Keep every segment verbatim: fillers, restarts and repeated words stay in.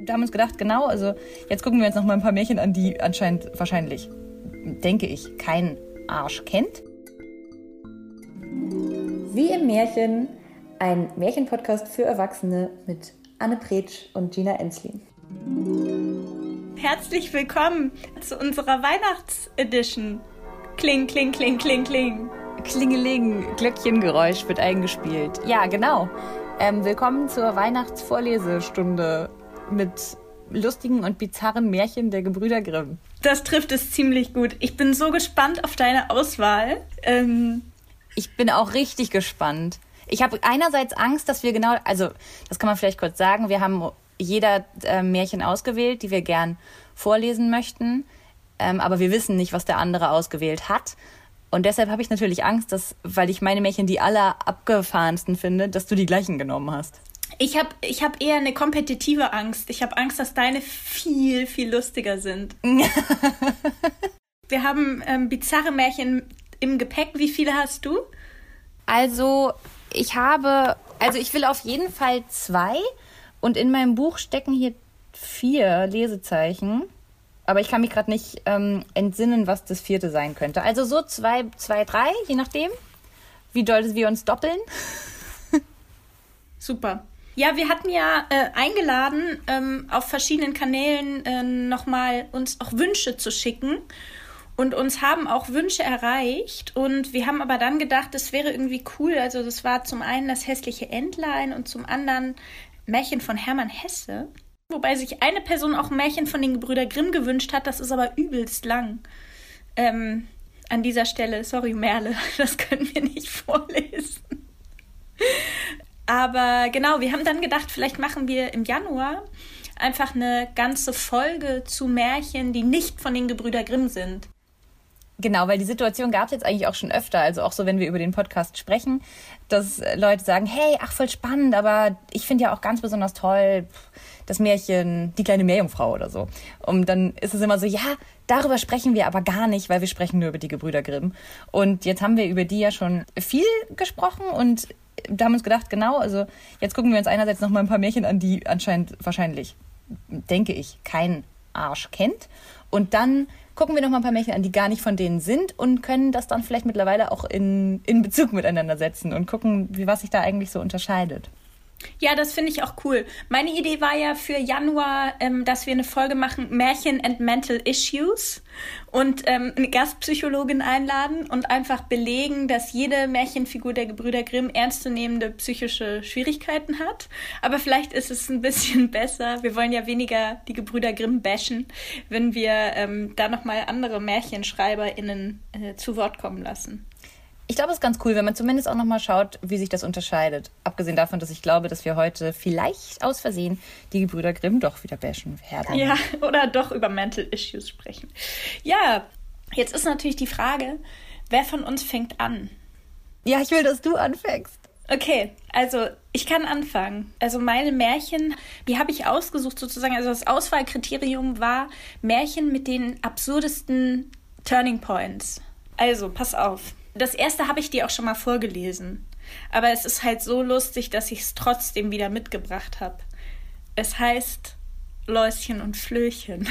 Wir haben uns gedacht, genau, also jetzt gucken wir uns noch mal ein paar Märchen an, die anscheinend wahrscheinlich, denke ich, kein Arsch kennt. Wie im Märchen, ein Märchenpodcast für Erwachsene mit Anne Pretsch und Gina Enslin. Herzlich willkommen zu unserer Weihnachtsedition. Kling, kling, kling, kling, kling. Klingeling, Glöckchengeräusch wird eingespielt. Ja, genau. Ähm, willkommen zur Weihnachtsvorlesestunde mit lustigen und bizarren Märchen der Gebrüder Grimm. Das trifft es ziemlich gut. Ich bin so gespannt auf deine Auswahl. Ähm ich bin auch richtig gespannt. Ich habe einerseits Angst, dass wir genau, also das kann man vielleicht kurz sagen, wir haben jeder äh, Märchen ausgewählt, die wir gern vorlesen möchten, ähm, aber wir wissen nicht, was der andere ausgewählt hat. Und deshalb habe ich natürlich Angst, dass, weil ich meine Märchen die aller abgefahrensten finde, dass du die gleichen genommen hast. Ich habe ich hab eher eine kompetitive Angst. Ich habe Angst, dass deine viel, viel lustiger sind. Wir haben ähm, bizarre Märchen im Gepäck. Wie viele hast du? Also ich habe, also ich will auf jeden Fall zwei und in meinem Buch stecken hier vier Lesezeichen. Aber ich kann mich gerade nicht ähm, entsinnen, was das vierte sein könnte. Also so zwei, zwei, drei, je nachdem, wie doll wir uns doppeln. Super. Ja, wir hatten ja äh, eingeladen, ähm, auf verschiedenen Kanälen äh, nochmal uns auch Wünsche zu schicken. Und uns haben auch Wünsche erreicht. Und wir haben aber dann gedacht, das wäre irgendwie cool. Also das war zum einen das hässliche Entlein und zum anderen Märchen von Hermann Hesse. Wobei sich eine Person auch ein Märchen von den Gebrüder Grimm gewünscht hat. Das ist aber übelst lang. Ähm, an dieser Stelle, sorry Merle, das können wir nicht vorlesen. Aber genau, wir haben dann gedacht, vielleicht machen wir im Januar einfach eine ganze Folge zu Märchen, die nicht von den Gebrüder Grimm sind. Genau, weil die Situation gab es jetzt eigentlich auch schon öfter, also auch so, wenn wir über den Podcast sprechen, dass Leute sagen, hey, ach, voll spannend, aber ich finde ja auch ganz besonders toll das Märchen Die kleine Meerjungfrau oder so. Und dann ist es immer so, ja, darüber sprechen wir aber gar nicht, weil wir sprechen nur über die Gebrüder Grimm. Und jetzt haben wir über die ja schon viel gesprochen und da haben wir uns gedacht, genau, also jetzt gucken wir uns einerseits noch mal ein paar Märchen an, die anscheinend wahrscheinlich, denke ich, kein Arsch kennt. Und dann gucken wir noch mal ein paar Märchen an, die gar nicht von denen sind und können das dann vielleicht mittlerweile auch in, in Bezug miteinander setzen und gucken, wie was sich da eigentlich so unterscheidet. Ja, das finde ich auch cool. Meine Idee war ja für Januar, ähm, dass wir eine Folge machen, Märchen and Mental Issues und ähm, eine Gastpsychologin einladen und einfach belegen, dass jede Märchenfigur der Gebrüder Grimm ernstzunehmende psychische Schwierigkeiten hat. Aber vielleicht ist es ein bisschen besser. Wir wollen ja weniger die Gebrüder Grimm bashen, wenn wir ähm, da nochmal andere MärchenschreiberInnen äh, zu Wort kommen lassen. Ich glaube, es ist ganz cool, wenn man zumindest auch nochmal schaut, wie sich das unterscheidet. Abgesehen davon, dass ich glaube, dass wir heute vielleicht aus Versehen die Gebrüder Grimm doch wieder bashen werden. Ja, oder doch über Mental Issues sprechen. Ja, jetzt ist natürlich die Frage, wer von uns fängt an? Ja, ich will, dass du anfängst. Okay, also ich kann anfangen. Also meine Märchen, die habe ich ausgesucht sozusagen. Also das Auswahlkriterium war Märchen mit den absurdesten Turning Points. Also, pass auf. Das erste habe ich dir auch schon mal vorgelesen. Aber es ist halt so lustig, dass ich es trotzdem wieder mitgebracht habe. Es heißt Läuschen und Flöchen.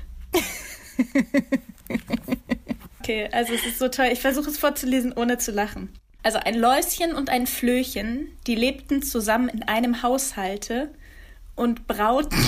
Okay, also es ist so toll. Ich versuche es vorzulesen, ohne zu lachen. Also ein Läuschen und ein Flöchen, die lebten zusammen in einem Haushalte und brauten...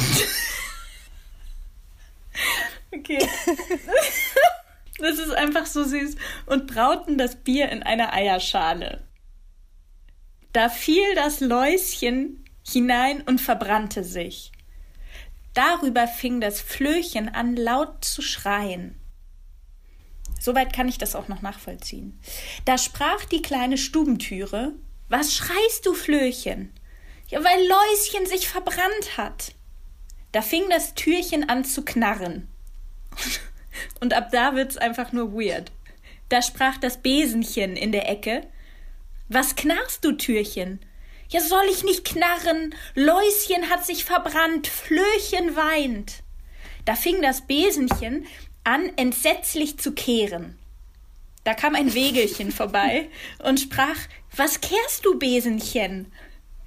Okay. Das ist einfach so süß. Und brauten das Bier in einer Eierschale. Da fiel das Läuschen hinein und verbrannte sich. Darüber fing das Flöchen an, laut zu schreien. Soweit kann ich das auch noch nachvollziehen. Da sprach die kleine Stubentüre: Was schreist du, Flöchen? Ja, weil Läuschen sich verbrannt hat. Da fing das Türchen an zu knarren. Und ab da wird's einfach nur weird. Da sprach das Besenchen in der Ecke: Was knarrst du, Türchen? Ja, soll ich nicht knarren? Läuschen hat sich verbrannt, Flöchen weint. Da fing das Besenchen an, entsetzlich zu kehren. Da kam ein Wägelchen vorbei und sprach: Was kehrst du, Besenchen?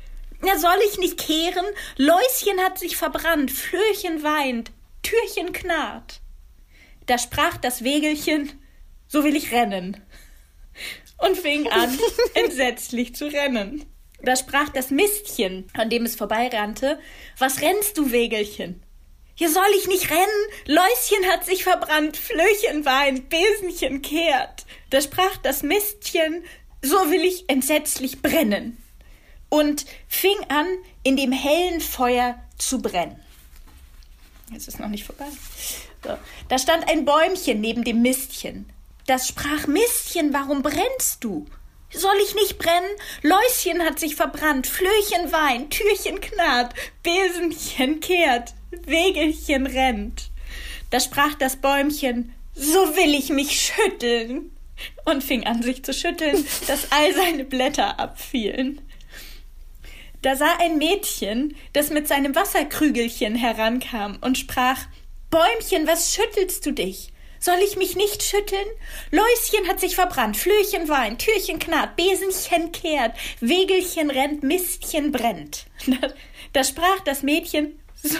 Ja, soll ich nicht kehren? Läuschen hat sich verbrannt, Flöchen weint, Türchen knarrt. Da sprach das Wägelchen, so will ich rennen. Und fing an, entsetzlich zu rennen. Da sprach das Mistchen, an dem es vorbeirannte, was rennst du, Wägelchen? Hier soll ich nicht rennen, Läuschen hat sich verbrannt, Flöchen weint, Besenchen kehrt. Da sprach das Mistchen, so will ich entsetzlich brennen. Und fing an, in dem hellen Feuer zu brennen. Jetzt ist noch nicht vorbei. So. Da stand ein Bäumchen neben dem Mistchen. Das sprach, Mistchen, warum brennst du? Soll ich nicht brennen? Läuschen hat sich verbrannt, Flöchen weint, Türchen knarrt, Besenchen kehrt, Wägelchen rennt. Da sprach das Bäumchen, so will ich mich schütteln. Und fing an, sich zu schütteln, dass all seine Blätter abfielen. Da sah ein Mädchen, das mit seinem Wasserkrügelchen herankam und sprach, Bäumchen, was schüttelst du dich? Soll ich mich nicht schütteln? Läuschen hat sich verbrannt, Flöchen weint, Türchen knarrt, Besenchen kehrt, Wägelchen rennt, Mistchen brennt. Da, da sprach das Mädchen, so,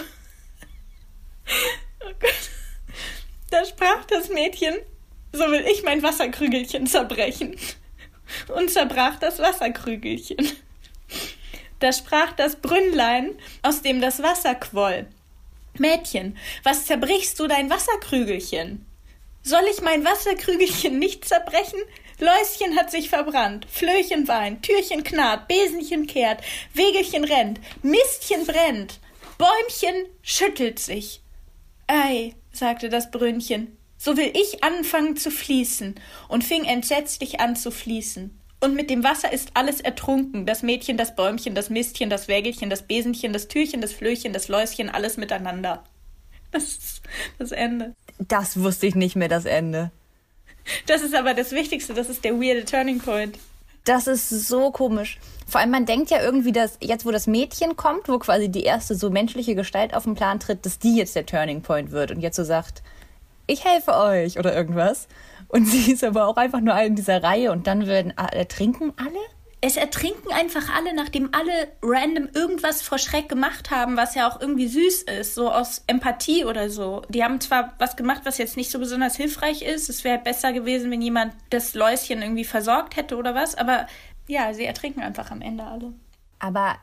oh Gott, da sprach das Mädchen, so will ich mein Wasserkrügelchen zerbrechen. Und zerbrach das Wasserkrügelchen. Da sprach das Brünnlein, aus dem das Wasser quoll. Mädchen, was zerbrichst du dein Wasserkrügelchen? Soll ich mein Wasserkrügelchen nicht zerbrechen? Läuschen hat sich verbrannt, Flöchen weint, Türchen knarrt, Besenchen kehrt, Wägelchen rennt, Mistchen brennt, Bäumchen schüttelt sich. Ei, sagte das Brünnchen, so will ich anfangen zu fließen, und fing entsetzlich an zu fließen. Und mit dem Wasser ist alles ertrunken, das Mädchen, das Bäumchen, das Mistchen, das Wägelchen, das Besenchen, das Türchen, das Flöchen, das Läuschen, alles miteinander. Das ist das Ende. Das wusste ich nicht mehr, das Ende. Das ist aber das Wichtigste, das ist der weirde Turning Point. Das ist so komisch. Vor allem, man denkt ja irgendwie, dass jetzt, wo das Mädchen kommt, wo quasi die erste so menschliche Gestalt auf den Plan tritt, dass die jetzt der Turning Point wird und jetzt so sagt, ich helfe euch oder irgendwas. Und sie ist aber auch einfach nur in dieser Reihe und dann werden ertrinken alle? Es ertrinken einfach alle, nachdem alle random irgendwas vor Schreck gemacht haben, was ja auch irgendwie süß ist, so aus Empathie oder so. Die haben zwar was gemacht, was jetzt nicht so besonders hilfreich ist. Es wäre besser gewesen, wenn jemand das Läuschen irgendwie versorgt hätte oder was. Aber ja, sie ertrinken einfach am Ende alle. Aber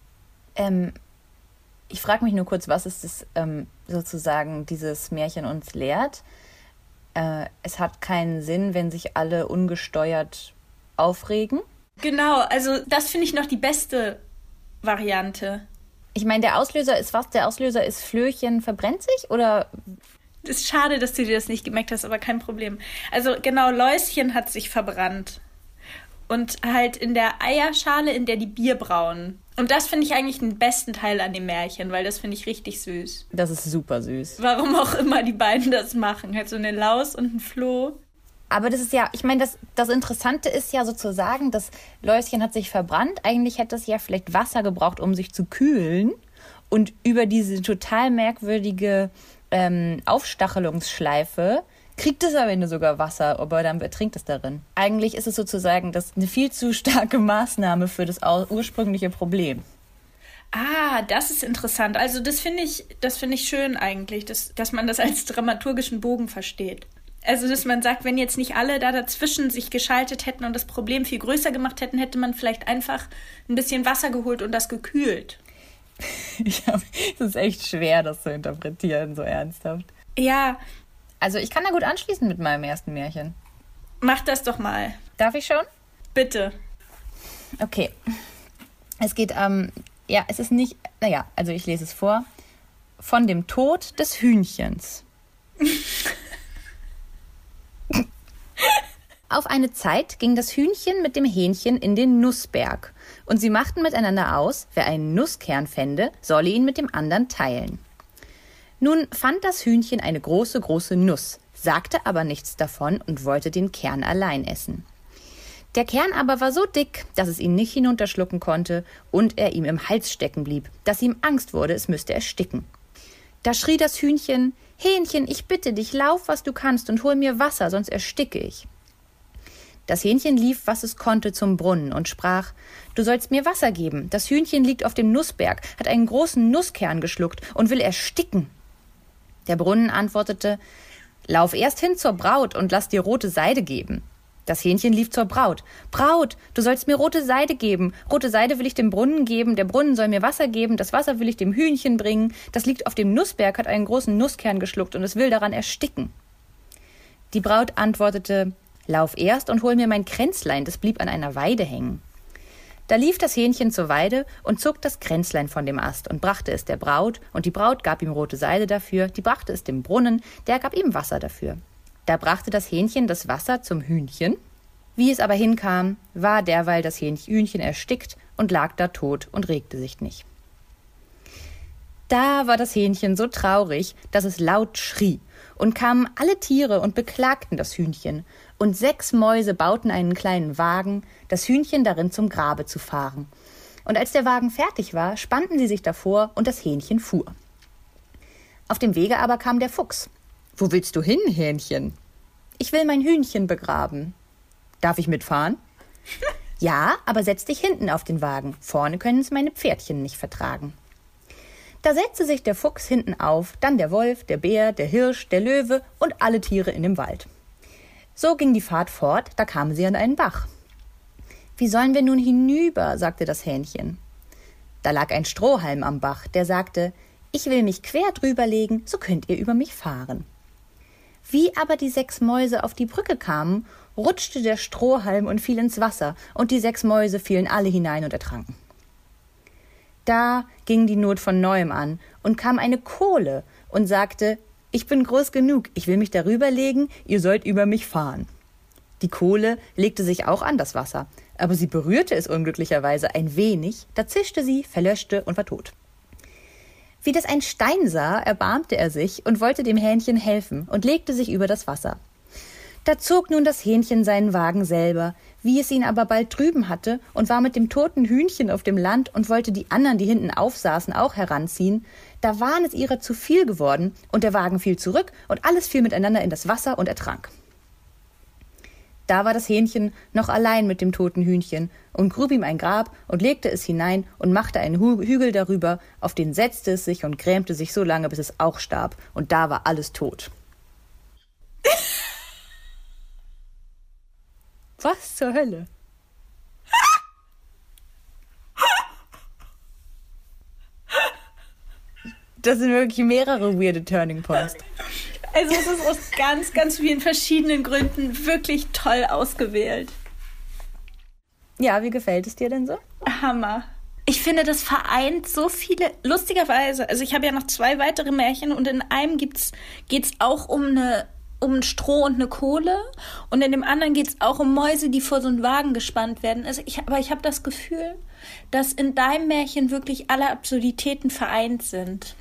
ähm, ich frage mich nur kurz, was ist das ähm, sozusagen dieses Märchen uns lehrt? Äh, es hat keinen Sinn, wenn sich alle ungesteuert aufregen. Genau, also das finde ich noch die beste Variante. Ich meine, der Auslöser ist was? Der Auslöser ist Flöchen verbrennt sich oder? Ist schade, dass du dir das nicht gemerkt hast, aber kein Problem. Also genau, Läuschen hat sich verbrannt. Und halt in der Eierschale, in der die Bier brauen. Und das finde ich eigentlich den besten Teil an dem Märchen, weil das finde ich richtig süß. Das ist super süß. Warum auch immer die beiden das machen. Halt so eine Laus und ein Floh. Aber das ist ja, ich meine, das, das Interessante ist ja sozusagen, das Läuschen hat sich verbrannt. Eigentlich hätte es ja vielleicht Wasser gebraucht, um sich zu kühlen. Und über diese total merkwürdige ähm, Aufstachelungsschleife kriegt es am Ende sogar Wasser, aber dann ertrinkt es darin. Eigentlich ist es sozusagen das eine viel zu starke Maßnahme für das ursprüngliche Problem. Ah, das ist interessant. Also das finde ich, das finde ich schön eigentlich, dass, dass man das als dramaturgischen Bogen versteht. Also, dass man sagt, wenn jetzt nicht alle da dazwischen sich geschaltet hätten und das Problem viel größer gemacht hätten, hätte man vielleicht einfach ein bisschen Wasser geholt und das gekühlt. Ich hab, es ist echt schwer, das zu interpretieren, so ernsthaft. Ja. Also, ich kann da gut anschließen mit meinem ersten Märchen. Mach das doch mal. Darf ich schon? Bitte. Okay. Es geht, ähm, ja, es ist nicht, naja, also ich lese es vor. Von dem Tod des Hühnchens. Auf eine Zeit ging das Hühnchen mit dem Hähnchen in den Nussberg, und sie machten miteinander aus, wer einen Nusskern fände, solle ihn mit dem anderen teilen. Nun fand das Hühnchen eine große, große Nuss, sagte aber nichts davon und wollte den Kern allein essen. Der Kern aber war so dick, dass es ihn nicht hinunterschlucken konnte und er ihm im Hals stecken blieb, dass ihm Angst wurde, es müsste ersticken. Da schrie das Hühnchen, »Hähnchen, ich bitte dich, lauf, was du kannst und hol mir Wasser, sonst ersticke ich.« Das Hähnchen lief, was es konnte, zum Brunnen und sprach: »Du sollst mir Wasser geben. Das Hühnchen liegt auf dem Nussberg, hat einen großen Nusskern geschluckt und will ersticken.« Der Brunnen antwortete: »Lauf erst hin zur Braut und lass dir rote Seide geben.« Das Hähnchen lief zur Braut. »Braut, du sollst mir rote Seide geben. Rote Seide will ich dem Brunnen geben. Der Brunnen soll mir Wasser geben. Das Wasser will ich dem Hühnchen bringen. Das liegt auf dem Nussberg, hat einen großen Nusskern geschluckt und es will daran ersticken.« Die Braut antwortete: »Lauf erst und hol mir mein Kränzlein, das blieb an einer Weide hängen.« Da lief das Hähnchen zur Weide und zog das Kränzlein von dem Ast und brachte es der Braut, und die Braut gab ihm rote Seide dafür, die brachte es dem Brunnen, der gab ihm Wasser dafür. Da brachte das Hähnchen das Wasser zum Hühnchen. Wie es aber hinkam, war derweil das Hühnchen erstickt und lag da tot und regte sich nicht. Da war das Hähnchen so traurig, dass es laut schrie, und kamen alle Tiere und beklagten das Hühnchen, und sechs Mäuse bauten einen kleinen Wagen, das Hühnchen darin zum Grabe zu fahren. Und als der Wagen fertig war, spannten sie sich davor, und das Hähnchen fuhr. Auf dem Wege aber kam der Fuchs. »Wo willst du hin, Hähnchen?« »Ich will mein Hühnchen begraben.« »Darf ich mitfahren?« »Ja, aber setz dich hinten auf den Wagen. Vorne können es meine Pferdchen nicht vertragen.« Da setzte sich der Fuchs hinten auf, dann der Wolf, der Bär, der Hirsch, der Löwe und alle Tiere in dem Wald. So ging die Fahrt fort, da kamen sie an einen Bach. »Wie sollen wir nun hinüber?« sagte das Hähnchen. Da lag ein Strohhalm am Bach, der sagte: »Ich will mich quer drüber legen, so könnt ihr über mich fahren.« Wie aber die sechs Mäuse auf die Brücke kamen, rutschte der Strohhalm und fiel ins Wasser, und die sechs Mäuse fielen alle hinein und ertranken. Da ging die Not von neuem an, und kam eine Kohle und sagte: »Ich bin groß genug, ich will mich darüber legen, ihr sollt über mich fahren.« Die Kohle legte sich auch an das Wasser, aber sie berührte es unglücklicherweise ein wenig, da zischte sie, verlöschte und war tot. Wie das ein Stein sah, erbarmte er sich und wollte dem Hähnchen helfen und legte sich über das Wasser. Da zog nun das Hähnchen seinen Wagen selber, wie es ihn aber bald drüben hatte, und war mit dem toten Hühnchen auf dem Land und wollte die anderen, die hinten aufsaßen, auch heranziehen. Da waren es ihrer zu viel geworden, und der Wagen fiel zurück, und alles fiel miteinander in das Wasser und ertrank. Da war das Hähnchen noch allein mit dem toten Hühnchen und grub ihm ein Grab und legte es hinein und machte einen Hügel darüber, auf den setzte es sich und grämte sich so lange, bis es auch starb, und da war alles tot. Was zur Hölle? Das sind wirklich mehrere weirde Turning Points. Also es ist aus ganz, ganz vielen verschiedenen Gründen wirklich toll ausgewählt. Ja, wie gefällt es dir denn so? Hammer. Ich finde, das vereint so viele, lustigerweise, also ich habe ja noch zwei weitere Märchen, und in einem gibt's, geht's auch um eine um ein Stroh und eine Kohle, und in dem anderen geht es auch um Mäuse, die vor so einen Wagen gespannt werden. Also ich, aber ich habe das Gefühl, dass in deinem Märchen wirklich alle Absurditäten vereint sind.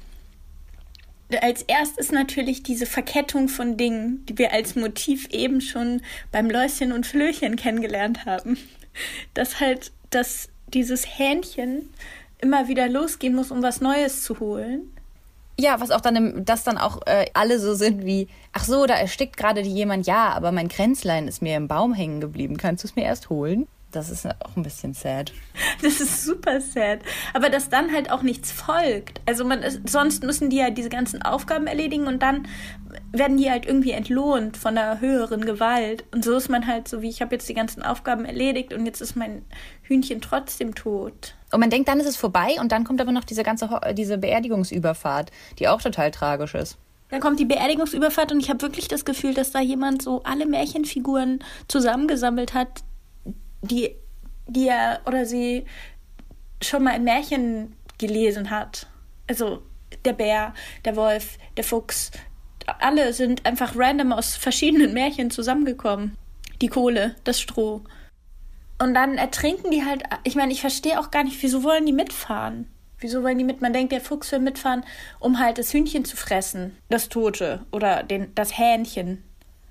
Als erstes natürlich diese Verkettung von Dingen, die wir als Motiv eben schon beim Läuschen und Flöchen kennengelernt haben. Dass halt, dass dieses Hähnchen immer wieder losgehen muss, um was Neues zu holen. Ja, was auch dann, im, dass dann auch äh, alle so sind wie: Ach so, da erstickt gerade jemand, ja, aber mein Kränzlein ist mir im Baum hängen geblieben. Kannst du es mir erst holen? Das ist auch ein bisschen sad. Das ist super sad. Aber dass dann halt auch nichts folgt. Also man ist, sonst müssen die ja diese ganzen Aufgaben erledigen, und dann werden die halt irgendwie entlohnt von einer höheren Gewalt. Und so ist man halt so wie: Ich habe jetzt die ganzen Aufgaben erledigt und jetzt ist mein Hühnchen trotzdem tot. Und man denkt, dann ist es vorbei, und dann kommt aber noch diese ganze Ho- diese Beerdigungsüberfahrt, die auch total tragisch ist. Dann kommt die Beerdigungsüberfahrt, und ich habe wirklich das Gefühl, dass da jemand so alle Märchenfiguren zusammengesammelt hat, die, die er oder sie schon mal in Märchen gelesen hat. Also der Bär, der Wolf, der Fuchs, alle sind einfach random aus verschiedenen Märchen zusammengekommen. Die Kohle, das Stroh. Und dann ertrinken die halt. Ich meine, ich verstehe auch gar nicht, wieso wollen die mitfahren? Wieso wollen die mit? Man denkt, der Fuchs will mitfahren, um halt das Hühnchen zu fressen, das Tote, oder den, das Hähnchen.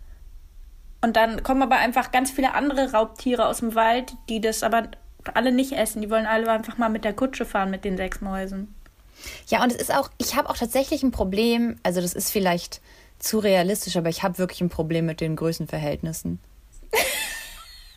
Und dann kommen aber einfach ganz viele andere Raubtiere aus dem Wald, die das aber alle nicht essen. Die wollen alle einfach mal mit der Kutsche fahren mit den sechs Mäusen. Ja, und es ist auch, ich habe auch tatsächlich ein Problem, also das ist vielleicht zu realistisch, aber ich habe wirklich ein Problem mit den Größenverhältnissen.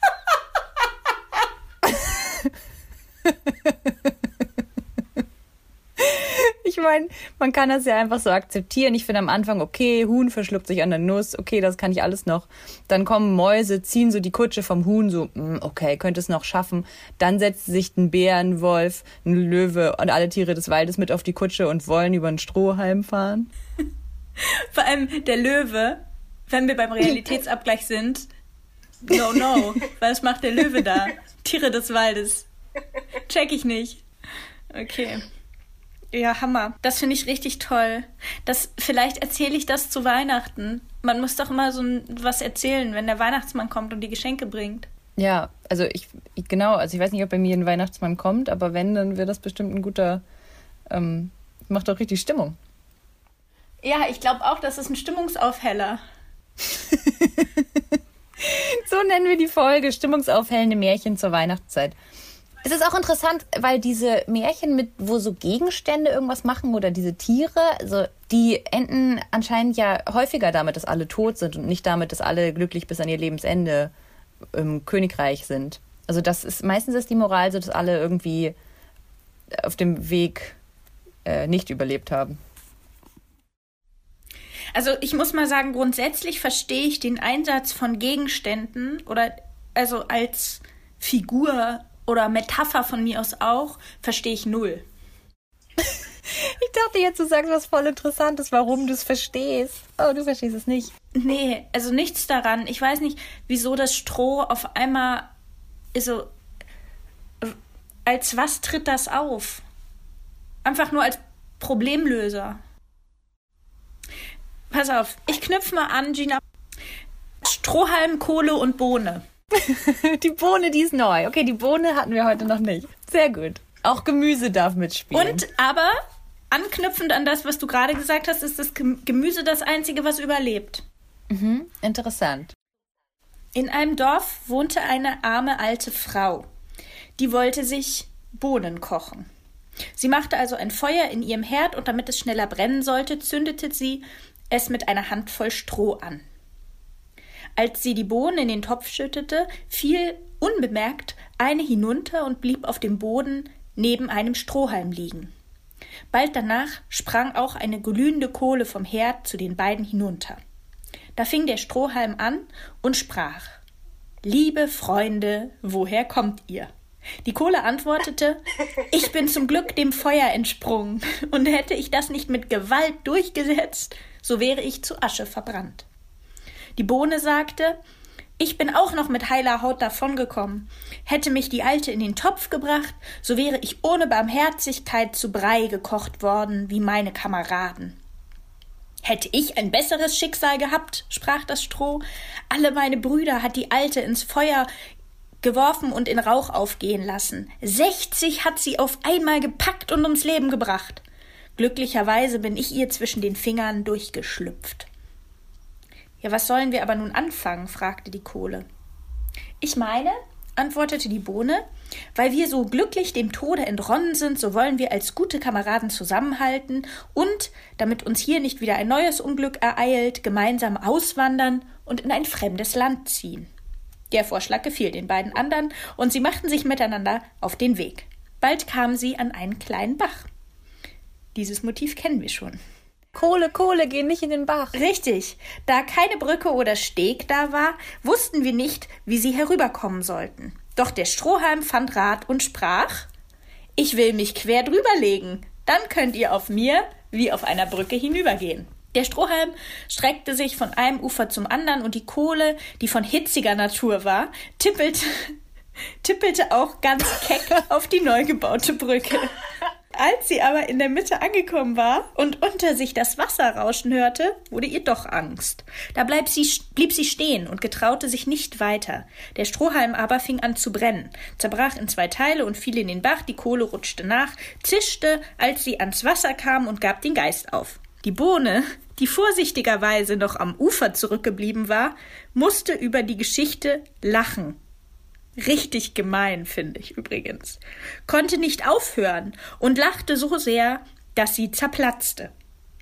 Ich meine, man kann das ja einfach so akzeptieren. Ich finde am Anfang, okay, Huhn verschluckt sich an der Nuss, okay, das kann ich alles noch. Dann kommen Mäuse, ziehen so die Kutsche vom Huhn, so, okay, könnte es noch schaffen. Dann setzt sich ein Bär, ein Wolf, ein Löwe und alle Tiere des Waldes mit auf die Kutsche und wollen über einen Strohhalm fahren. Vor allem der Löwe, wenn wir beim Realitätsabgleich sind, no, no, was macht der Löwe da? Tiere des Waldes. Check ich nicht. Okay. Ja, Hammer. Das finde ich richtig toll. Das, vielleicht erzähle ich das zu Weihnachten. Man muss doch immer so ein, was erzählen, wenn der Weihnachtsmann kommt und die Geschenke bringt. Ja, also ich, ich genau, also ich weiß nicht, ob bei mir ein Weihnachtsmann kommt, aber wenn, dann wäre das bestimmt ein guter, ähm, macht doch richtig Stimmung. Ja, ich glaube auch, das ist ein Stimmungsaufheller. So nennen wir die Folge, stimmungsaufhellende Märchen zur Weihnachtszeit. Es ist auch interessant, weil diese Märchen mit, wo so Gegenstände irgendwas machen oder diese Tiere, also die enden anscheinend ja häufiger damit, dass alle tot sind und nicht damit, dass alle glücklich bis an ihr Lebensende im Königreich sind. Also das ist meistens ist die Moral so, dass alle irgendwie auf dem Weg äh, nicht überlebt haben. Also ich muss mal sagen, grundsätzlich verstehe ich den Einsatz von Gegenständen oder also als Figur oder Metapher von mir aus auch, verstehe ich null. Ich dachte jetzt, du sagst was voll Interessantes, warum du es verstehst. Oh, du verstehst es nicht. Nee, also nichts daran. Ich weiß nicht, wieso das Stroh auf einmal so, als was tritt das auf? Einfach nur als Problemlöser. Pass auf, ich knüpfe mal an, Gina. Strohhalm, Kohle und Bohne. Die Bohne, die ist neu. Okay, die Bohne hatten wir heute noch nicht. Sehr gut. Auch Gemüse darf mitspielen. Und aber, anknüpfend an das, was du gerade gesagt hast, ist das Gemüse das Einzige, was überlebt. Mhm, interessant. In einem Dorf wohnte eine arme alte Frau. Die wollte sich Bohnen kochen. Sie machte also ein Feuer in ihrem Herd und damit es schneller brennen sollte, zündete sie es mit einer Handvoll Stroh an. Als sie die Bohnen in den Topf schüttete, fiel unbemerkt eine hinunter und blieb auf dem Boden neben einem Strohhalm liegen. Bald danach sprang auch eine glühende Kohle vom Herd zu den beiden hinunter. Da fing der Strohhalm an und sprach: »Liebe Freunde, woher kommt ihr?« Die Kohle antwortete: »Ich bin zum Glück dem Feuer entsprungen, und hätte ich das nicht mit Gewalt durchgesetzt, so wäre ich zu Asche verbrannt.« Die Bohne sagte: »Ich bin auch noch mit heiler Haut davongekommen. Hätte mich die Alte in den Topf gebracht, so wäre ich ohne Barmherzigkeit zu Brei gekocht worden, wie meine Kameraden.« »Hätte ich ein besseres Schicksal gehabt«, sprach das Stroh, »alle meine Brüder hat die Alte ins Feuer geworfen und in Rauch aufgehen lassen. Sechzig hat sie auf einmal gepackt und ums Leben gebracht. Glücklicherweise bin ich ihr zwischen den Fingern durchgeschlüpft.« »Ja, was sollen wir aber nun anfangen?« fragte die Kohle. »Ich meine«, antwortete die Bohne, »weil wir so glücklich dem Tode entronnen sind, so wollen wir als gute Kameraden zusammenhalten und, damit uns hier nicht wieder ein neues Unglück ereilt, gemeinsam auswandern und in ein fremdes Land ziehen.« Der Vorschlag gefiel den beiden anderen, und sie machten sich miteinander auf den Weg. Bald kamen sie an einen kleinen Bach. Dieses Motiv kennen wir schon. Kohle, Kohle, geh nicht in den Bach. Richtig. Da keine Brücke oder Steg da war, wussten wir nicht, wie sie herüberkommen sollten. Doch der Strohhalm fand Rat und sprach: »Ich will mich quer drüberlegen, dann könnt ihr auf mir wie auf einer Brücke hinübergehen.« Der Strohhalm streckte sich von einem Ufer zum anderen, und die Kohle, die von hitziger Natur war, tippelte, tippelte auch ganz keck auf die neu gebaute Brücke. Als sie aber in der Mitte angekommen war und unter sich das Wasser rauschen hörte, wurde ihr doch Angst. Da blieb sie, blieb sie stehen und getraute sich nicht weiter. Der Strohhalm aber fing an zu brennen, zerbrach in zwei Teile und fiel in den Bach, die Kohle rutschte nach, zischte, als sie ans Wasser kam, und gab den Geist auf. Die Bohne, die vorsichtigerweise noch am Ufer zurückgeblieben war, musste über die Geschichte lachen. Richtig gemein, finde ich übrigens. Konnte nicht aufhören und lachte so sehr, dass sie zerplatzte.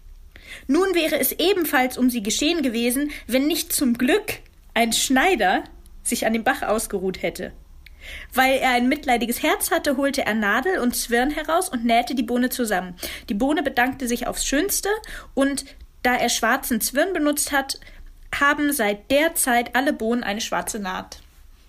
Nun wäre es ebenfalls um sie geschehen gewesen, wenn nicht zum Glück ein Schneider sich an dem Bach ausgeruht hätte. Weil er ein mitleidiges Herz hatte, holte er Nadel und Zwirn heraus und nähte die Bohne zusammen. Die Bohne bedankte sich aufs Schönste, und da er schwarzen Zwirn benutzt hat, haben seit der Zeit alle Bohnen eine schwarze Naht.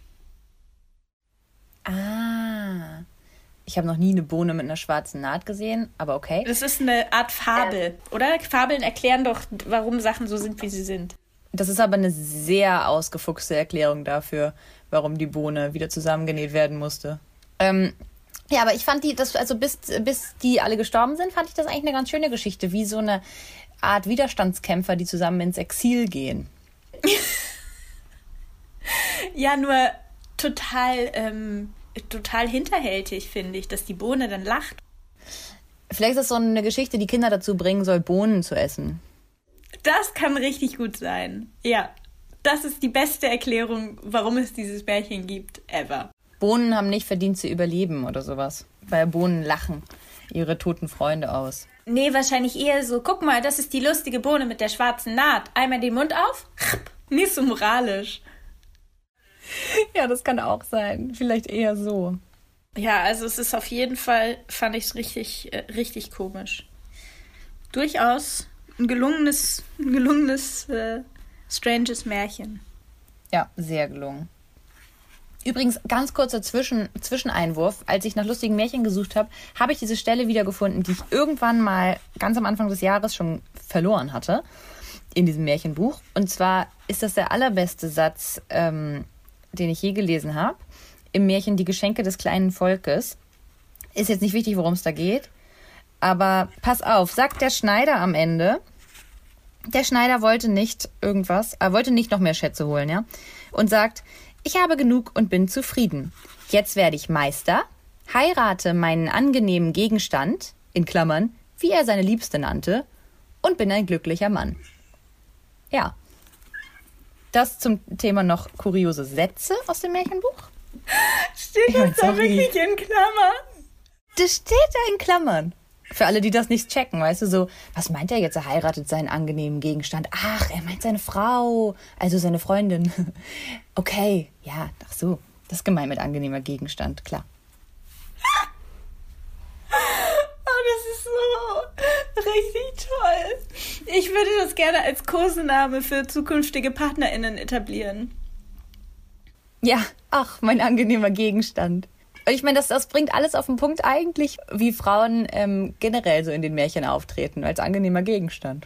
Ah, ich habe noch nie eine Bohne mit einer schwarzen Naht gesehen, aber okay. Das ist eine Art Fabel, ähm. oder? Fabeln erklären doch, warum Sachen so sind, wie sie sind. Das ist aber eine sehr ausgefuchste Erklärung dafür, warum die Bohne wieder zusammengenäht werden musste. Ähm, ja, aber ich fand die, das, also bis, bis die alle gestorben sind, fand ich das eigentlich eine ganz schöne Geschichte, wie so eine Art Widerstandskämpfer, die zusammen ins Exil gehen. Ja, nur total, ähm, total hinterhältig, finde ich, dass die Bohne dann lacht. Vielleicht ist das so eine Geschichte, die Kinder dazu bringen soll, Bohnen zu essen. Das kann richtig gut sein. Ja, das ist die beste Erklärung, warum es dieses Märchen gibt, ever. Bohnen haben nicht verdient zu überleben oder sowas. Weil Bohnen lachen ihre toten Freunde aus. Nee, wahrscheinlich eher so, guck mal, das ist die lustige Bohne mit der schwarzen Naht. Einmal den Mund auf, nicht so moralisch. Ja, das kann auch sein. Vielleicht eher so. Ja, also es ist auf jeden Fall, fand ich es richtig, äh, richtig komisch. Durchaus ein gelungenes, ein gelungenes, äh, stranges Märchen. Ja, sehr gelungen. Übrigens, ganz kurzer Zwischen, Zwischeneinwurf. Als ich nach lustigen Märchen gesucht habe, habe ich diese Stelle wiedergefunden, die ich irgendwann mal ganz am Anfang des Jahres schon verloren hatte in diesem Märchenbuch. Und zwar ist das der allerbeste Satz, ähm, den ich je gelesen habe, im Märchen Die Geschenke des kleinen Volkes. Ist jetzt nicht wichtig, worum es da geht, aber pass auf, sagt der Schneider am Ende, der Schneider wollte nicht irgendwas, er wollte nicht noch mehr Schätze holen, ja, und sagt, ich habe genug und bin zufrieden. Jetzt werde ich Meister, heirate meinen angenehmen Gegenstand, in Klammern, wie er seine Liebste nannte, und bin ein glücklicher Mann. Ja. Das zum Thema noch kuriose Sätze aus dem Märchenbuch. Steht das da wirklich in Klammern? Das steht da in Klammern. Für alle, die das nicht checken, weißt du, so, was meint er jetzt? Er heiratet seinen angenehmen Gegenstand. Ach, er meint seine Frau, also seine Freundin. Okay, ja, ach so, das ist gemeint mit angenehmer Gegenstand, klar. Oh, das ist so richtig toll. Ich würde das gerne als Kosename für zukünftige PartnerInnen etablieren. Ja, ach, mein angenehmer Gegenstand. Und ich meine, das, das bringt alles auf den Punkt eigentlich, wie Frauen ähm, generell so in den Märchen auftreten, als angenehmer Gegenstand.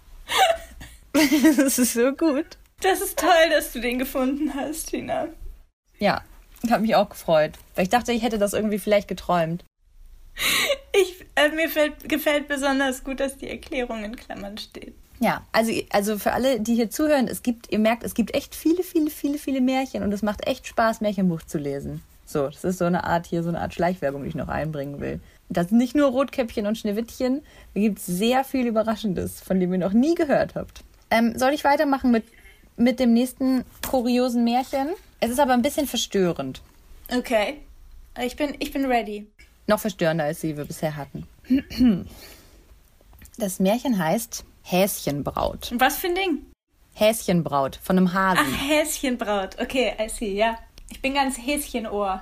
Das ist so gut. Das ist toll, dass du den gefunden hast, Tina. Ja, ich habe mich auch gefreut, weil ich dachte, ich hätte das irgendwie vielleicht geträumt. Ich, äh, mir fällt, gefällt besonders gut, dass die Erklärung in Klammern steht. Ja, also, also für alle, die hier zuhören, es gibt, ihr merkt, es gibt echt viele, viele, viele, viele Märchen und es macht echt Spaß, Märchenbuch zu lesen. So, das ist so eine Art hier, so eine Art Schleichwerbung, die ich noch einbringen will. Das sind nicht nur Rotkäppchen und Schneewittchen, da gibt es sehr viel Überraschendes, von dem ihr noch nie gehört habt. Ähm, soll ich weitermachen mit, mit dem nächsten kuriosen Märchen? Es ist aber ein bisschen verstörend. Okay, ich bin, ich bin ready. Noch verstörender, als die wir bisher hatten. Das Märchen heißt Häschenbraut. Was für ein Ding? Häschenbraut, von einem Hasen. Ach, Häschenbraut. Okay, I see, ja. Ich bin ganz Häschenohr.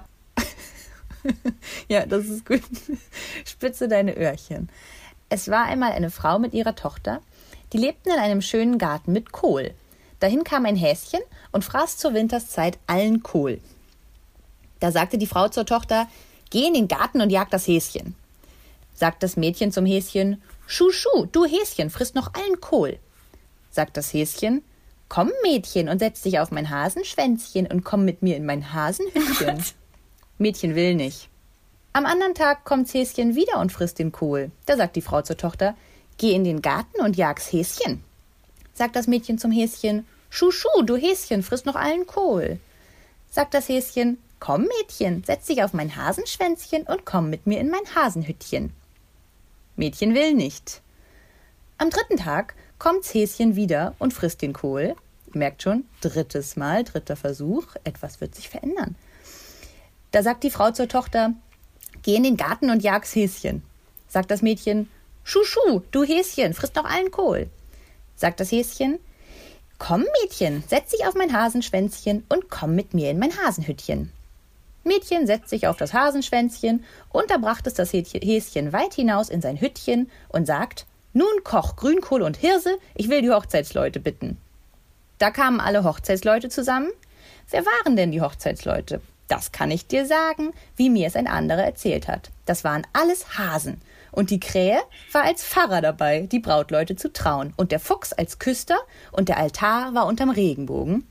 Ja, das ist gut. Spitze deine Öhrchen. Es war einmal eine Frau mit ihrer Tochter, die lebten in einem schönen Garten mit Kohl. Dahin kam ein Häschen und fraß zur Winterszeit allen Kohl. Da sagte die Frau zur Tochter, geh in den Garten und jag das Häschen. Sagt das Mädchen zum Häschen, Schuh, Schuh, du Häschen, frisst noch allen Kohl. Sagt das Häschen, komm Mädchen und setz dich auf mein Hasenschwänzchen und komm mit mir in mein Hasenhündchen. Mädchen will nicht. Am anderen Tag kommt's Häschen wieder und frisst den Kohl. Da sagt die Frau zur Tochter, geh in den Garten und jag's Häschen. Sagt das Mädchen zum Häschen, Schuh, Schuh, du Häschen, frisst noch allen Kohl. Sagt das Häschen, komm Mädchen, setz dich auf mein Hasenschwänzchen und komm mit mir in mein Hasenhüttchen. Mädchen will nicht. Am dritten Tag kommt's Häschen wieder und frisst den Kohl. Merkt schon, drittes Mal, dritter Versuch, etwas wird sich verändern. Da sagt die Frau zur Tochter, geh in den Garten und jag's Häschen. Sagt das Mädchen, Schuh, Schuh, du Häschen, frisst noch allen Kohl. Sagt das Häschen, komm Mädchen, setz dich auf mein Hasenschwänzchen und komm mit mir in mein Hasenhüttchen. Mädchen setzt sich auf das Hasenschwänzchen und da bracht es das Häschen weit hinaus in sein Hüttchen und sagt: Nun koch Grünkohl und Hirse, ich will die Hochzeitsleute bitten. Da kamen alle Hochzeitsleute zusammen. Wer waren denn die Hochzeitsleute? Das kann ich dir sagen, wie mir es ein anderer erzählt hat. Das waren alles Hasen. Und die Krähe war als Pfarrer dabei, die Brautleute zu trauen. Und der Fuchs als Küster und der Altar war unterm Regenbogen.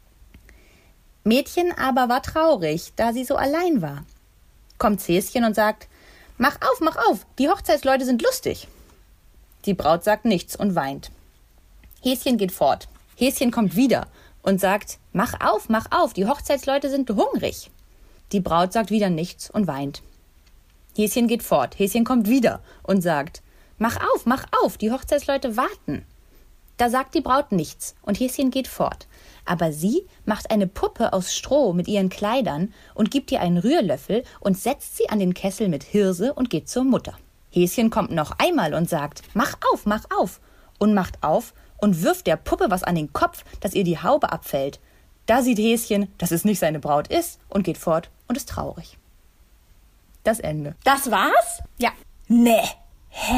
Mädchen aber war traurig, da sie so allein war. Kommt Häschen und sagt: Mach auf, mach auf, die Hochzeitsleute sind lustig. Die Braut sagt nichts und weint. Häschen geht fort. Häschen kommt wieder und sagt: Mach auf, mach auf, die Hochzeitsleute sind hungrig. Die Braut sagt wieder nichts und weint. Häschen geht fort. Häschen kommt wieder und sagt: Mach auf, mach auf, die Hochzeitsleute warten. Da sagt die Braut nichts und Häschen geht fort. Aber sie macht eine Puppe aus Stroh mit ihren Kleidern und gibt ihr einen Rührlöffel und setzt sie an den Kessel mit Hirse und geht zur Mutter. Häschen kommt noch einmal und sagt: Mach auf, mach auf, und macht auf und wirft der Puppe was an den Kopf, dass ihr die Haube abfällt. Da sieht Häschen, dass es nicht seine Braut ist und geht fort und ist traurig. Das Ende. Das war's? Ja. Nee. Hä?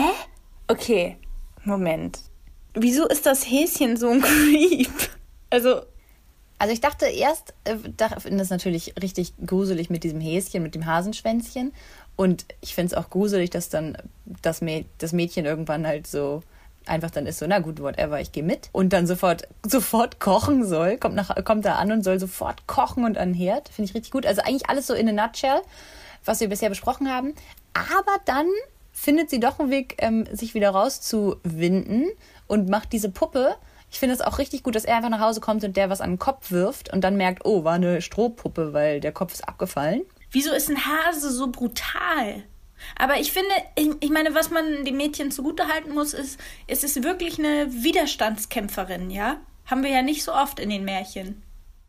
Okay, Moment. Wieso ist das Häschen so ein Creep? Also... Also ich dachte erst, äh, da finde es natürlich richtig gruselig mit diesem Häschen, mit dem Hasenschwänzchen. Und ich finde es auch gruselig, dass dann das, Mä- das Mädchen irgendwann halt so einfach dann ist so, na gut, whatever, ich gehe mit. Und dann sofort sofort kochen soll, kommt, nach, kommt da an und soll sofort kochen und an den Herd. Finde ich richtig gut. Also eigentlich alles so in a nutshell, was wir bisher besprochen haben. Aber dann findet sie doch einen Weg, ähm, sich wieder rauszuwinden und macht diese Puppe. Ich finde es auch richtig gut, dass er einfach nach Hause kommt und der was an den Kopf wirft und dann merkt, oh, war eine Strohpuppe, weil der Kopf ist abgefallen. Wieso ist ein Hase so brutal? Aber ich finde, ich, ich meine, was man dem Mädchen zugutehalten muss, ist, es ist wirklich eine Widerstandskämpferin, ja? Haben wir ja nicht so oft in den Märchen.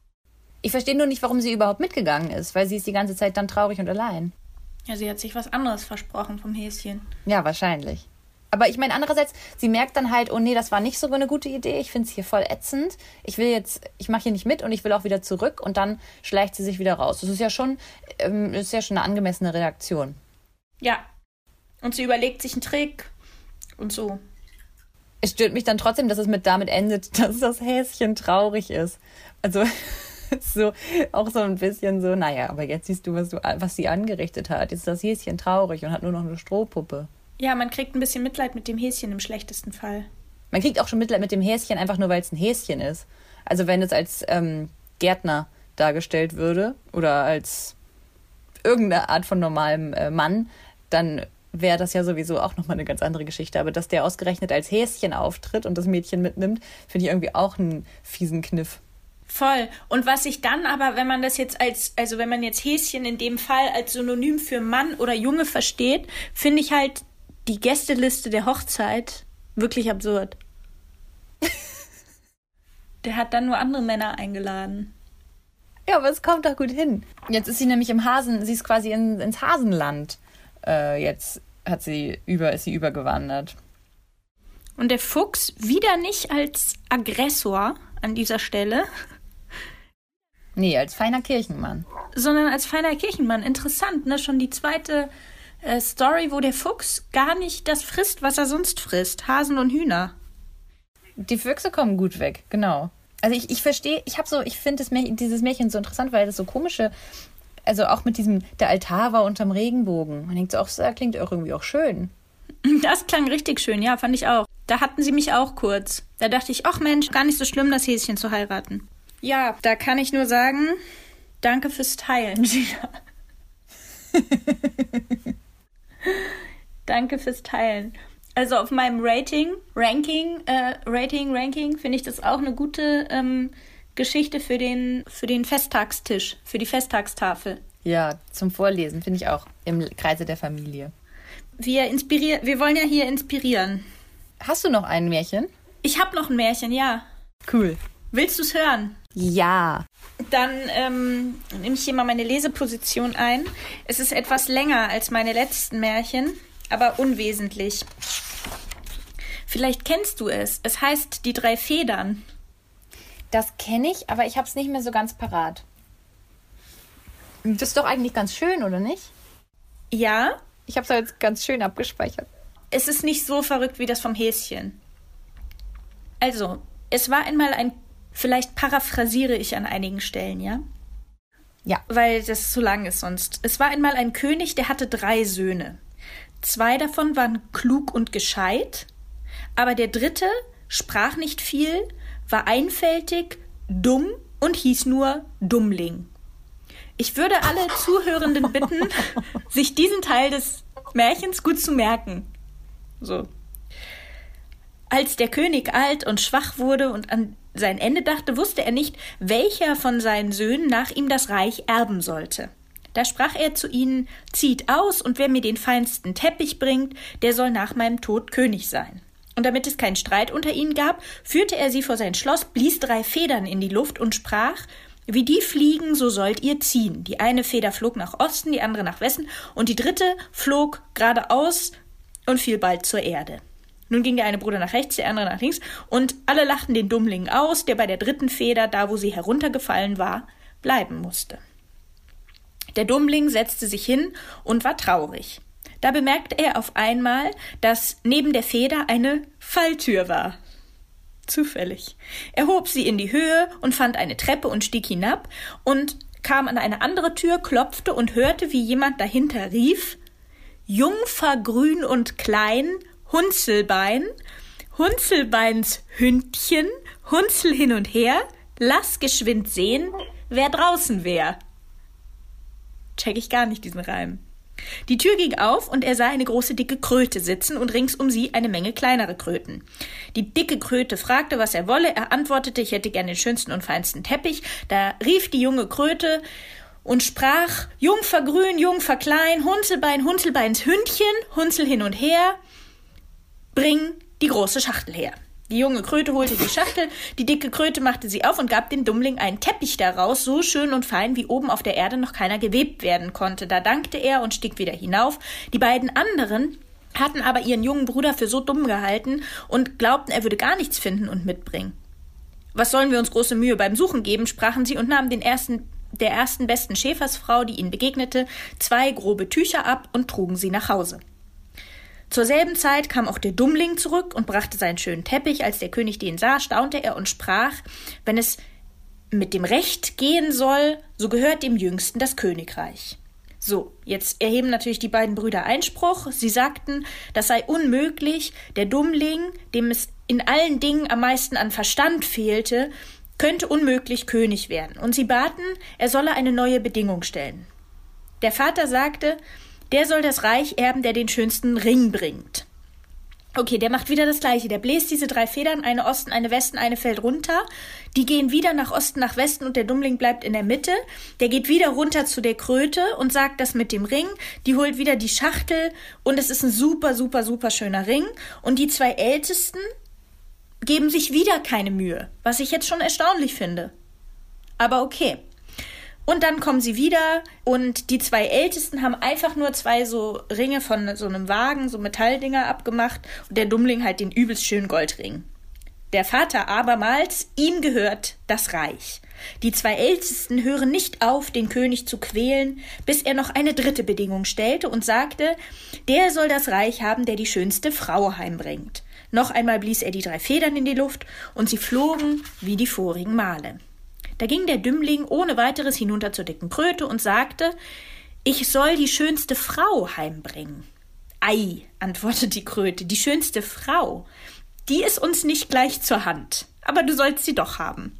Ich verstehe nur nicht, warum sie überhaupt mitgegangen ist, weil sie ist die ganze Zeit dann traurig und allein. Ja, sie hat sich was anderes versprochen vom Häschen. Ja, wahrscheinlich. Aber ich meine, andererseits, sie merkt dann halt, oh nee, das war nicht so eine gute Idee, ich finde es hier voll ätzend, ich will jetzt, ich mache hier nicht mit und ich will auch wieder zurück und dann schleicht sie sich wieder raus. Das ist ja schon, ähm, ist ja schon eine angemessene Reaktion. Ja, und sie überlegt sich einen Trick und so. Es stört mich dann trotzdem, dass es mit damit endet, dass das Häschen traurig ist. Also so auch so ein bisschen so, naja, aber jetzt siehst du, was, du, was sie angerichtet hat. Jetzt ist das Häschen traurig und hat nur noch eine Strohpuppe. Ja, man kriegt ein bisschen Mitleid mit dem Häschen im schlechtesten Fall. Man kriegt auch schon Mitleid mit dem Häschen, einfach nur, weil es ein Häschen ist. Also wenn es als ähm, Gärtner dargestellt würde oder als irgendeine Art von normalem äh, Mann, dann wäre das ja sowieso auch nochmal eine ganz andere Geschichte. Aber dass der ausgerechnet als Häschen auftritt und das Mädchen mitnimmt, finde ich irgendwie auch einen fiesen Kniff. Voll. Und was ich dann aber, wenn man das jetzt als, also wenn man jetzt Häschen in dem Fall als Synonym für Mann oder Junge versteht, finde ich halt die Gästeliste der Hochzeit wirklich absurd. Der hat dann nur andere Männer eingeladen. Ja, aber es kommt doch gut hin. Jetzt ist sie nämlich im Hasen, sie ist quasi in, ins Hasenland. Äh, jetzt hat sie über, ist sie übergewandert. Und der Fuchs wieder nicht als Aggressor an dieser Stelle. Nee, als feiner Kirchenmann. Sondern als feiner Kirchenmann. Interessant, ne? Schon die zweite äh, Story, wo der Fuchs gar nicht das frisst, was er sonst frisst. Hasen und Hühner. Die Füchse kommen gut weg, genau. Also ich, ich verstehe, ich habe so, ich finde dieses Märchen so interessant, weil das so komische, also auch mit diesem, der Altar war unterm Regenbogen. Man denkt so, auch, das klingt auch irgendwie auch schön. Das klang richtig schön, ja, fand ich auch. Da hatten sie mich auch kurz. Da dachte ich, ach Mensch, gar nicht so schlimm, das Häschen zu heiraten. Ja, da kann ich nur sagen, danke fürs Teilen, Gina. Danke fürs Teilen. Also auf meinem Rating, Ranking, äh, Rating, Ranking, finde ich das auch eine gute ähm, Geschichte für den, für den Festtagstisch, für die Festtagstafel. Ja, zum Vorlesen, finde ich auch, im Kreise der Familie. Wir inspirieren, wir wollen ja hier inspirieren. Hast du noch ein Märchen? Ich habe noch ein Märchen, ja. Cool. Willst du es hören? Ja. Dann ähm, nehme ich hier mal meine Leseposition ein. Es ist etwas länger als meine letzten Märchen, aber unwesentlich. Vielleicht kennst du es. Es heißt Die drei Federn. Das kenne ich, aber ich habe es nicht mehr so ganz parat. Das ist doch eigentlich ganz schön, oder nicht? Ja. Ich habe es jetzt ganz schön abgespeichert. Es ist nicht so verrückt wie das vom Häschen. Also, es war einmal ein, vielleicht paraphrasiere ich an einigen Stellen, ja? Ja. Weil das zu lang ist sonst. Es war einmal ein König, der hatte drei Söhne. Zwei davon waren klug und gescheit, aber der dritte sprach nicht viel, war einfältig, dumm und hieß nur Dummling. Ich würde alle Zuhörenden bitten, sich diesen Teil des Märchens gut zu merken. So. Als der König alt und schwach wurde und an sein Ende dachte, wusste er nicht, welcher von seinen Söhnen nach ihm das Reich erben sollte. Da sprach er zu ihnen: Zieht aus, und wer mir den feinsten Teppich bringt, der soll nach meinem Tod König sein. Und damit es keinen Streit unter ihnen gab, führte er sie vor sein Schloss, blies drei Federn in die Luft und sprach: Wie die fliegen, so sollt ihr ziehen. Die eine Feder flog nach Osten, die andere nach Westen, und die dritte flog geradeaus und fiel bald zur Erde. Nun ging der eine Bruder nach rechts, der andere nach links, und alle lachten den Dummling aus, der bei der dritten Feder, da wo sie heruntergefallen war, bleiben musste. Der Dummling setzte sich hin und war traurig. Da bemerkte er auf einmal, dass neben der Feder eine Falltür war. Zufällig. Er hob sie in die Höhe und fand eine Treppe und stieg hinab und kam an eine andere Tür, klopfte und hörte, wie jemand dahinter rief: Jungfer grün und klein, Hunzelbein, Hunzelbeins Hündchen, Hunzel hin und her, lass geschwind sehen, wer draußen wär. Check ich gar nicht diesen Reim. Die Tür ging auf und er sah eine große dicke Kröte sitzen und rings um sie eine Menge kleinere Kröten. Die dicke Kröte fragte, was er wolle. Er antwortete, ich hätte gern den schönsten und feinsten Teppich. Da rief die junge Kröte und sprach: Jungfer grün, Jungfer klein, Hunzelbein, Hunzelbeins Hündchen, Hunzel hin und her, bring die große Schachtel her. Die junge Kröte holte die Schachtel, die dicke Kröte machte sie auf und gab dem Dummling einen Teppich daraus, so schön und fein, wie oben auf der Erde noch keiner gewebt werden konnte. Da dankte er und stieg wieder hinauf. Die beiden anderen hatten aber ihren jungen Bruder für so dumm gehalten und glaubten, er würde gar nichts finden und mitbringen. Was sollen wir uns große Mühe beim Suchen geben, sprachen sie und nahmen den ersten, der ersten besten Schäfersfrau, die ihnen begegnete, zwei grobe Tücher ab und trugen sie nach Hause. Zur selben Zeit kam auch der Dummling zurück und brachte seinen schönen Teppich. Als der König den sah, staunte er und sprach: Wenn es mit dem Recht gehen soll, so gehört dem Jüngsten das Königreich. So, jetzt erheben natürlich die beiden Brüder Einspruch. Sie sagten, das sei unmöglich. Der Dummling, dem es in allen Dingen am meisten an Verstand fehlte, könnte unmöglich König werden. Und sie baten, er solle eine neue Bedingung stellen. Der Vater sagte, der soll das Reich erben, der den schönsten Ring bringt. Okay, der macht wieder das Gleiche. Der bläst diese drei Federn, eine Osten, eine Westen, eine fällt runter. Die gehen wieder nach Osten, nach Westen und der Dummling bleibt in der Mitte. Der geht wieder runter zu der Kröte und sagt das mit dem Ring. Die holt wieder die Schachtel und es ist ein super, super, super schöner Ring. Und die zwei Ältesten geben sich wieder keine Mühe, was ich jetzt schon erstaunlich finde. Aber okay. Und dann kommen sie wieder und die zwei Ältesten haben einfach nur zwei so Ringe von so einem Wagen, so Metalldinger abgemacht und der Dummling halt den übelst schönen Goldring. Der Vater abermals, ihm gehört das Reich. Die zwei Ältesten hören nicht auf, den König zu quälen, bis er noch eine dritte Bedingung stellte und sagte, der soll das Reich haben, der die schönste Frau heimbringt. Noch einmal blies er die drei Federn in die Luft und sie flogen wie die vorigen Male. Da ging der Dummling ohne weiteres hinunter zur dicken Kröte und sagte, ich soll die schönste Frau heimbringen. Ei, antwortete die Kröte, die schönste Frau, die ist uns nicht gleich zur Hand, aber du sollst sie doch haben.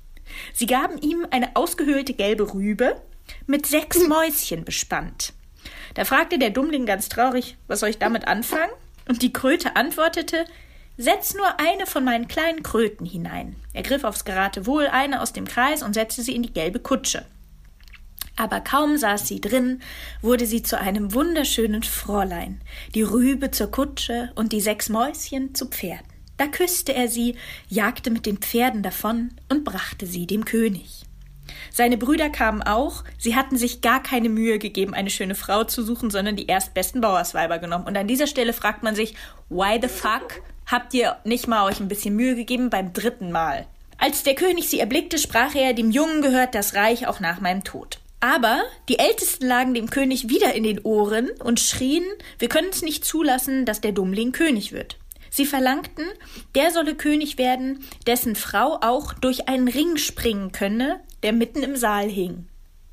Sie gaben ihm eine ausgehöhlte gelbe Rübe mit sechs Mäuschen bespannt. Da fragte der Dummling ganz traurig, was soll ich damit anfangen? Und die Kröte antwortete, setz nur eine von meinen kleinen Kröten hinein. Er griff aufs Geratewohl eine aus dem Kreis und setzte sie in die gelbe Kutsche. Aber kaum saß sie drin, wurde sie zu einem wunderschönen Fräulein, die Rübe zur Kutsche und die sechs Mäuschen zu Pferden. Da küsste er sie, jagte mit den Pferden davon und brachte sie dem König. Seine Brüder kamen auch, sie hatten sich gar keine Mühe gegeben, eine schöne Frau zu suchen, sondern die erstbesten Bauersweiber genommen. Und an dieser Stelle fragt man sich, why the fuck habt ihr nicht mal euch ein bisschen Mühe gegeben beim dritten Mal? Als der König sie erblickte, sprach er, dem Jungen gehört das Reich auch nach meinem Tod. Aber die Ältesten lagen dem König wieder in den Ohren und schrien, wir können es nicht zulassen, dass der Dummling König wird. Sie verlangten, der solle König werden, dessen Frau auch durch einen Ring springen könne, der mitten im Saal hing.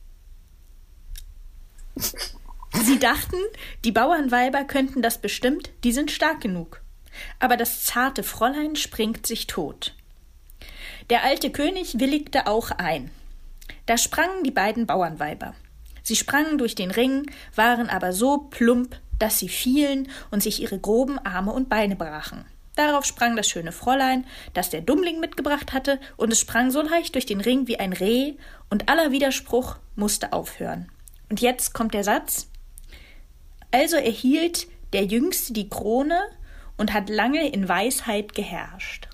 Sie dachten, die Bauernweiber könnten das bestimmt, die sind stark genug. Aber das zarte Fräulein springt sich tot. Der alte König willigte auch ein. Da sprangen die beiden Bauernweiber. Sie sprangen durch den Ring, waren aber so plump, dass sie fielen und sich ihre groben Arme und Beine brachen. Darauf sprang das schöne Fräulein, das der Dummling mitgebracht hatte, und es sprang so leicht durch den Ring wie ein Reh, und aller Widerspruch musste aufhören. Und jetzt kommt der Satz: Also erhielt der Jüngste die Krone und hat lange in Weisheit geherrscht.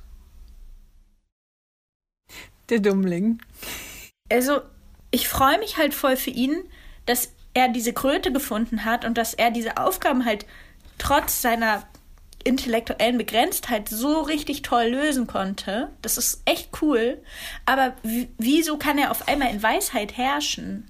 Der Dummling. Also, ich freue mich halt voll für ihn, dass er diese Kröte gefunden hat und dass er diese Aufgaben halt trotz seiner intellektuellen Begrenztheit so richtig toll lösen konnte. Das ist echt cool. Aber w- wieso kann er auf einmal in Weisheit herrschen?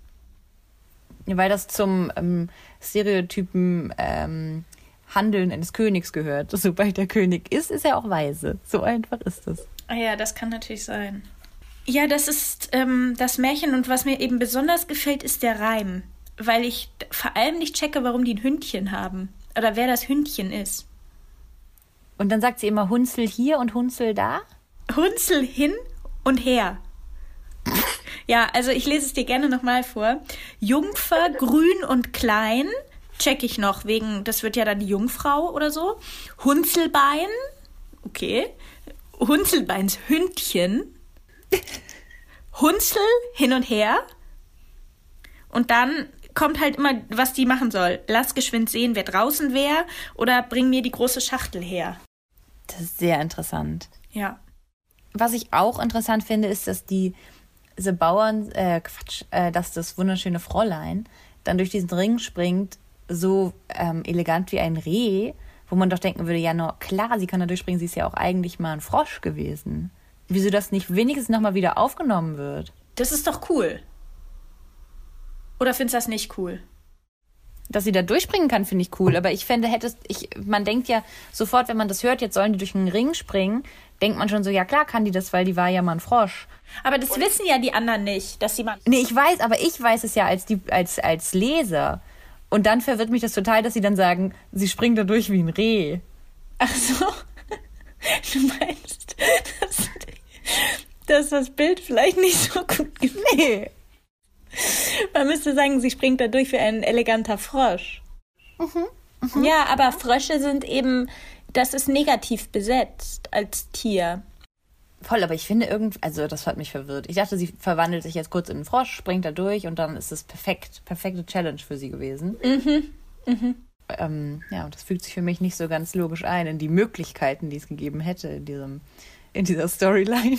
Weil das zum ähm, stereotypen ähm, Handeln eines Königs gehört. Sobald der König ist, ist er auch weise. So einfach ist es. Ah ja, das kann natürlich sein. Ja, das ist ähm, das Märchen, und was mir eben besonders gefällt, ist der Reim. Weil ich vor allem nicht checke, warum die ein Hündchen haben. Oder wer das Hündchen ist. Und dann sagt sie immer Hunzel hier und Hunzel da? Hunzel hin und her. Ja, also ich lese es dir gerne nochmal vor. Jungfer, grün und klein, check ich noch, wegen, das wird ja dann die Jungfrau oder so. Hunzelbein, okay. Hunzelbeins Hündchen. Hunzel hin und her. Und dann kommt halt immer, was die machen soll. Lass geschwind sehen, wer draußen wär, oder bring mir die große Schachtel her. Das ist sehr interessant. Ja. Was ich auch interessant finde, ist, dass die diese Bauern, äh, Quatsch, äh, dass das wunderschöne Fräulein dann durch diesen Ring springt, so ähm, elegant wie ein Reh, wo man doch denken würde, ja, no, klar, sie kann da durchspringen, sie ist ja auch eigentlich mal ein Frosch gewesen. Wieso das nicht wenigstens nochmal wieder aufgenommen wird? Das ist doch cool. Oder findest du das nicht cool? Dass sie da durchspringen kann, finde ich cool. Aber ich fände, hätte ich, man denkt ja sofort, wenn man das hört, jetzt sollen die durch einen Ring springen, denkt man schon so, ja klar kann die das, weil die war ja mal ein Frosch. Aber das Und wissen ja die anderen nicht, dass sie mal... Nee, ich weiß, aber ich weiß es ja als, die, als, als Leser. Und dann verwirrt mich das total, dass sie dann sagen, sie springt da durch wie ein Reh. Ach so. Du meinst, dass, dass das Bild vielleicht nicht so gut gefällt? Nee. Man müsste sagen, sie springt da durch wie ein eleganter Frosch. Mhm, mhm. Ja, aber Frösche sind eben, das ist negativ besetzt als Tier. Voll, aber ich finde irgendwie, also das hat mich verwirrt. Ich dachte, sie verwandelt sich jetzt kurz in einen Frosch, springt da durch und dann ist es perfekt, perfekte Challenge für sie gewesen. Mhm, mhm. Ähm, ja, und das fügt sich für mich nicht so ganz logisch ein in die Möglichkeiten, die es gegeben hätte in diesem, in dieser Storyline.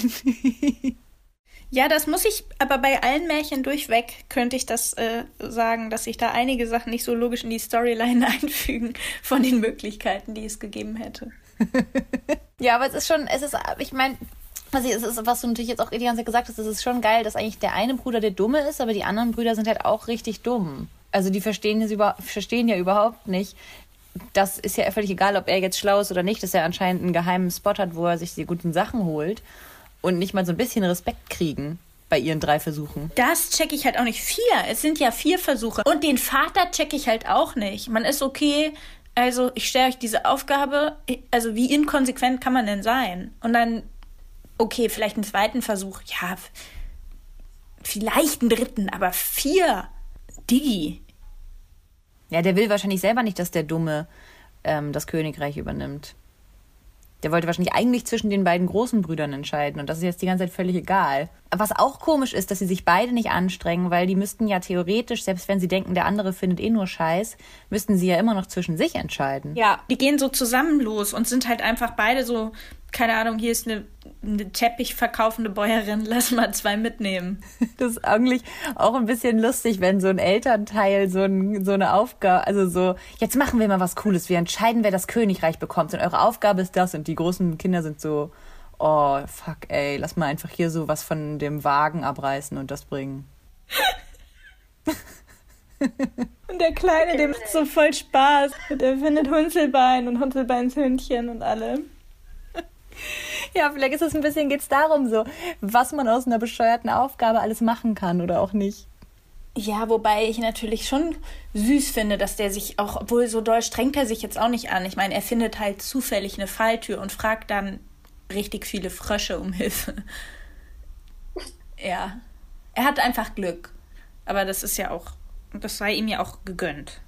Ja, das muss ich, aber bei allen Märchen durchweg könnte ich das äh, sagen, dass sich da einige Sachen nicht so logisch in die Storyline einfügen von den Möglichkeiten, die es gegeben hätte. Ja, aber es ist schon, es ist, ich meine, also es ist, was du natürlich jetzt auch die ganze Zeit gesagt hast, es ist schon geil, dass eigentlich der eine Bruder der Dumme ist, aber die anderen Brüder sind halt auch richtig dumm. Also die verstehen, das über, verstehen ja überhaupt nicht. Das ist ja völlig egal, ob er jetzt schlau ist oder nicht, dass er anscheinend einen geheimen Spot hat, wo er sich die guten Sachen holt. Und nicht mal so ein bisschen Respekt kriegen bei ihren drei Versuchen. Das checke ich halt auch nicht. Vier. Es sind ja vier Versuche. Und den Vater checke ich halt auch nicht. Man ist okay, also ich stelle euch diese Aufgabe, also wie inkonsequent kann man denn sein? Und dann, okay, vielleicht einen zweiten Versuch. Ja, vielleicht einen dritten, aber vier. Digi. Ja, der will wahrscheinlich selber nicht, dass der Dumme ähm, das Königreich übernimmt. Der wollte wahrscheinlich eigentlich zwischen den beiden großen Brüdern entscheiden. Und das ist jetzt die ganze Zeit völlig egal. Was auch komisch ist, dass sie sich beide nicht anstrengen, weil die müssten ja theoretisch, selbst wenn sie denken, der andere findet eh nur Scheiß, müssten sie ja immer noch zwischen sich entscheiden. Ja, die gehen so zusammen los und sind halt einfach beide so, keine Ahnung, hier ist eine, eine Teppich verkaufende Bäuerin, lass mal zwei mitnehmen. Das ist eigentlich auch ein bisschen lustig, wenn so ein Elternteil so, ein, so eine Aufgabe, also so, jetzt machen wir mal was Cooles, wir entscheiden, wer das Königreich bekommt und eure Aufgabe ist das und die großen Kinder sind so, oh, fuck, ey, lass mal einfach hier so was von dem Wagen abreißen und das bringen. Und der Kleine, dem macht so voll Spaß. Der findet Hunzelbein und Hunzelbeins Hündchen und alle. Ja, vielleicht ist es ein bisschen, geht's darum so, was man aus einer bescheuerten Aufgabe alles machen kann oder auch nicht. Ja, wobei ich natürlich schon süß finde, dass der sich auch, obwohl so doll strengt er sich jetzt auch nicht an. Ich meine, er findet halt zufällig eine Falltür und fragt dann richtig viele Frösche um Hilfe. Ja, er hat einfach Glück. Aber das ist ja auch, das sei ihm ja auch gegönnt.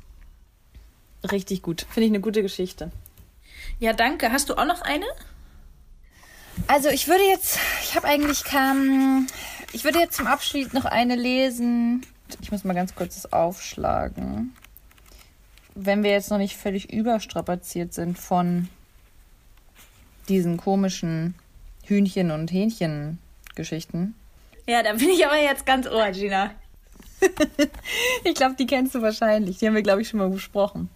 Richtig gut. Finde ich eine gute Geschichte. Ja, danke. Hast du auch noch eine? Also ich würde jetzt, ich habe eigentlich kam, ich würde jetzt zum Abschied noch eine lesen. Ich muss mal ganz kurz das aufschlagen. Wenn wir jetzt noch nicht völlig überstrapaziert sind von diesen komischen Hühnchen- und Hähnchen-Geschichten. Ja, da bin ich aber jetzt ganz ohr, Gina. Ich glaube, die kennst du wahrscheinlich. Die haben wir, glaube ich, schon mal besprochen.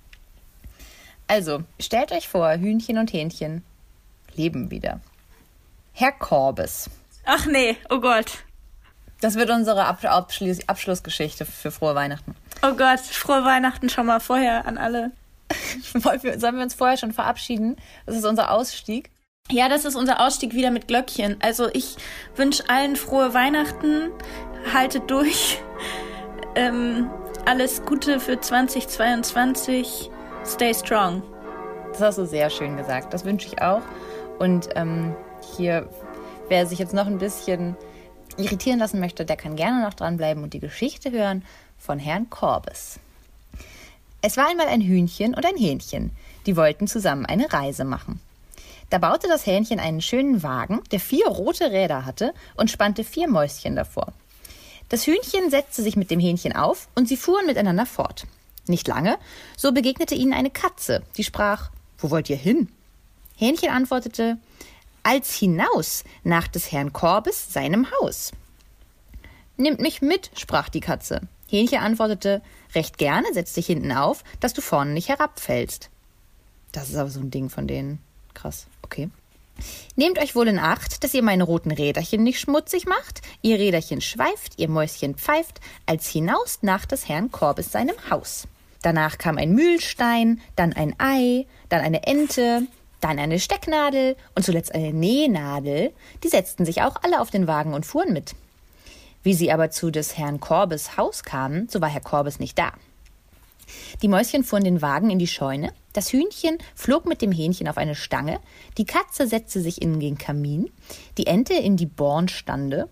Also, stellt euch vor, Hühnchen und Hähnchen leben wieder. Herr Korbes. Ach nee, oh Gott. Das wird unsere Ab- Abschluss- Abschlussgeschichte für frohe Weihnachten. Oh Gott, frohe Weihnachten schon mal vorher an alle. Sollen wir uns vorher schon verabschieden? Das ist unser Ausstieg. Ja, das ist unser Ausstieg wieder mit Glöckchen. Also ich wünsche allen frohe Weihnachten. Haltet durch. Ähm, alles Gute für zwanzig zweiundzwanzig. Stay strong. Das hast du sehr schön gesagt. Das wünsche ich auch. Und ähm, hier, wer sich jetzt noch ein bisschen irritieren lassen möchte, der kann gerne noch dranbleiben und die Geschichte hören von Herrn Korbes. Es war einmal ein Hühnchen und ein Hähnchen. Die wollten zusammen eine Reise machen. Da baute das Hähnchen einen schönen Wagen, der vier rote Räder hatte und spannte vier Mäuschen davor. Das Hühnchen setzte sich mit dem Hähnchen auf und sie fuhren miteinander fort. Nicht lange, so begegnete ihnen eine Katze, die sprach: »Wo wollt ihr hin?« Hähnchen antwortete: »Als hinaus nach des Herrn Korbes seinem Haus.« »Nimmt mich mit«, sprach die Katze. Hähnchen antwortete: »Recht gerne, setz dich hinten auf, dass du vorne nicht herabfällst.« Das ist aber so ein Ding von denen. Krass, okay. »Nehmt euch wohl in Acht, dass ihr meine roten Räderchen nicht schmutzig macht. Ihr Räderchen schweift, ihr Mäuschen pfeift, als hinaus nach des Herrn Korbes seinem Haus.« Danach kam ein Mühlstein, dann ein Ei, dann eine Ente, dann eine Stecknadel und zuletzt eine Nähnadel. Die setzten sich auch alle auf den Wagen und fuhren mit. Wie sie aber zu des Herrn Korbes Haus kamen, so war Herr Korbes nicht da. Die Mäuschen fuhren den Wagen in die Scheune, das Hühnchen flog mit dem Hähnchen auf eine Stange, die Katze setzte sich in den Kamin, die Ente in die Bornstande,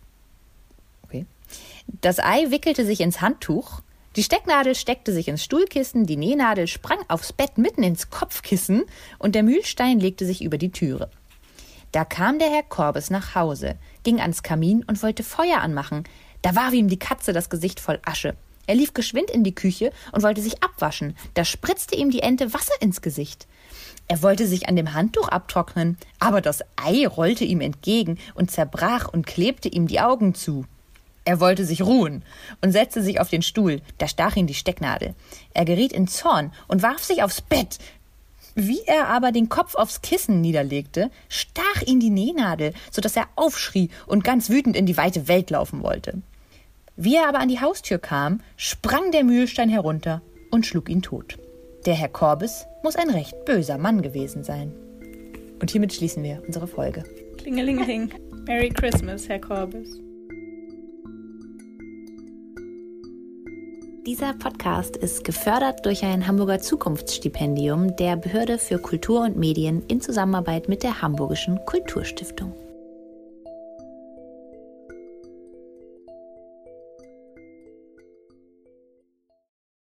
okay. Das Ei wickelte sich ins Handtuch, die Stecknadel steckte sich ins Stuhlkissen, die Nähnadel sprang aufs Bett mitten ins Kopfkissen und der Mühlstein legte sich über die Türe. Da kam der Herr Korbes nach Hause, ging ans Kamin und wollte Feuer anmachen. Da warf ihm die Katze das Gesicht voll Asche. Er lief geschwind in die Küche und wollte sich abwaschen. Da spritzte ihm die Ente Wasser ins Gesicht. Er wollte sich an dem Handtuch abtrocknen, aber das Ei rollte ihm entgegen und zerbrach und klebte ihm die Augen zu. Er wollte sich ruhen und setzte sich auf den Stuhl. Da stach ihn die Stecknadel. Er geriet in Zorn und warf sich aufs Bett. Wie er aber den Kopf aufs Kissen niederlegte, stach ihn die Nähnadel, so dass er aufschrie und ganz wütend in die weite Welt laufen wollte. Wie er aber an die Haustür kam, sprang der Mühlstein herunter und schlug ihn tot. Der Herr Korbes muss ein recht böser Mann gewesen sein. Und hiermit schließen wir unsere Folge. Klingelingeling. Merry Christmas, Herr Korbes. Dieser Podcast ist gefördert durch ein Hamburger Zukunftsstipendium der Behörde für Kultur und Medien in Zusammenarbeit mit der Hamburgischen Kulturstiftung.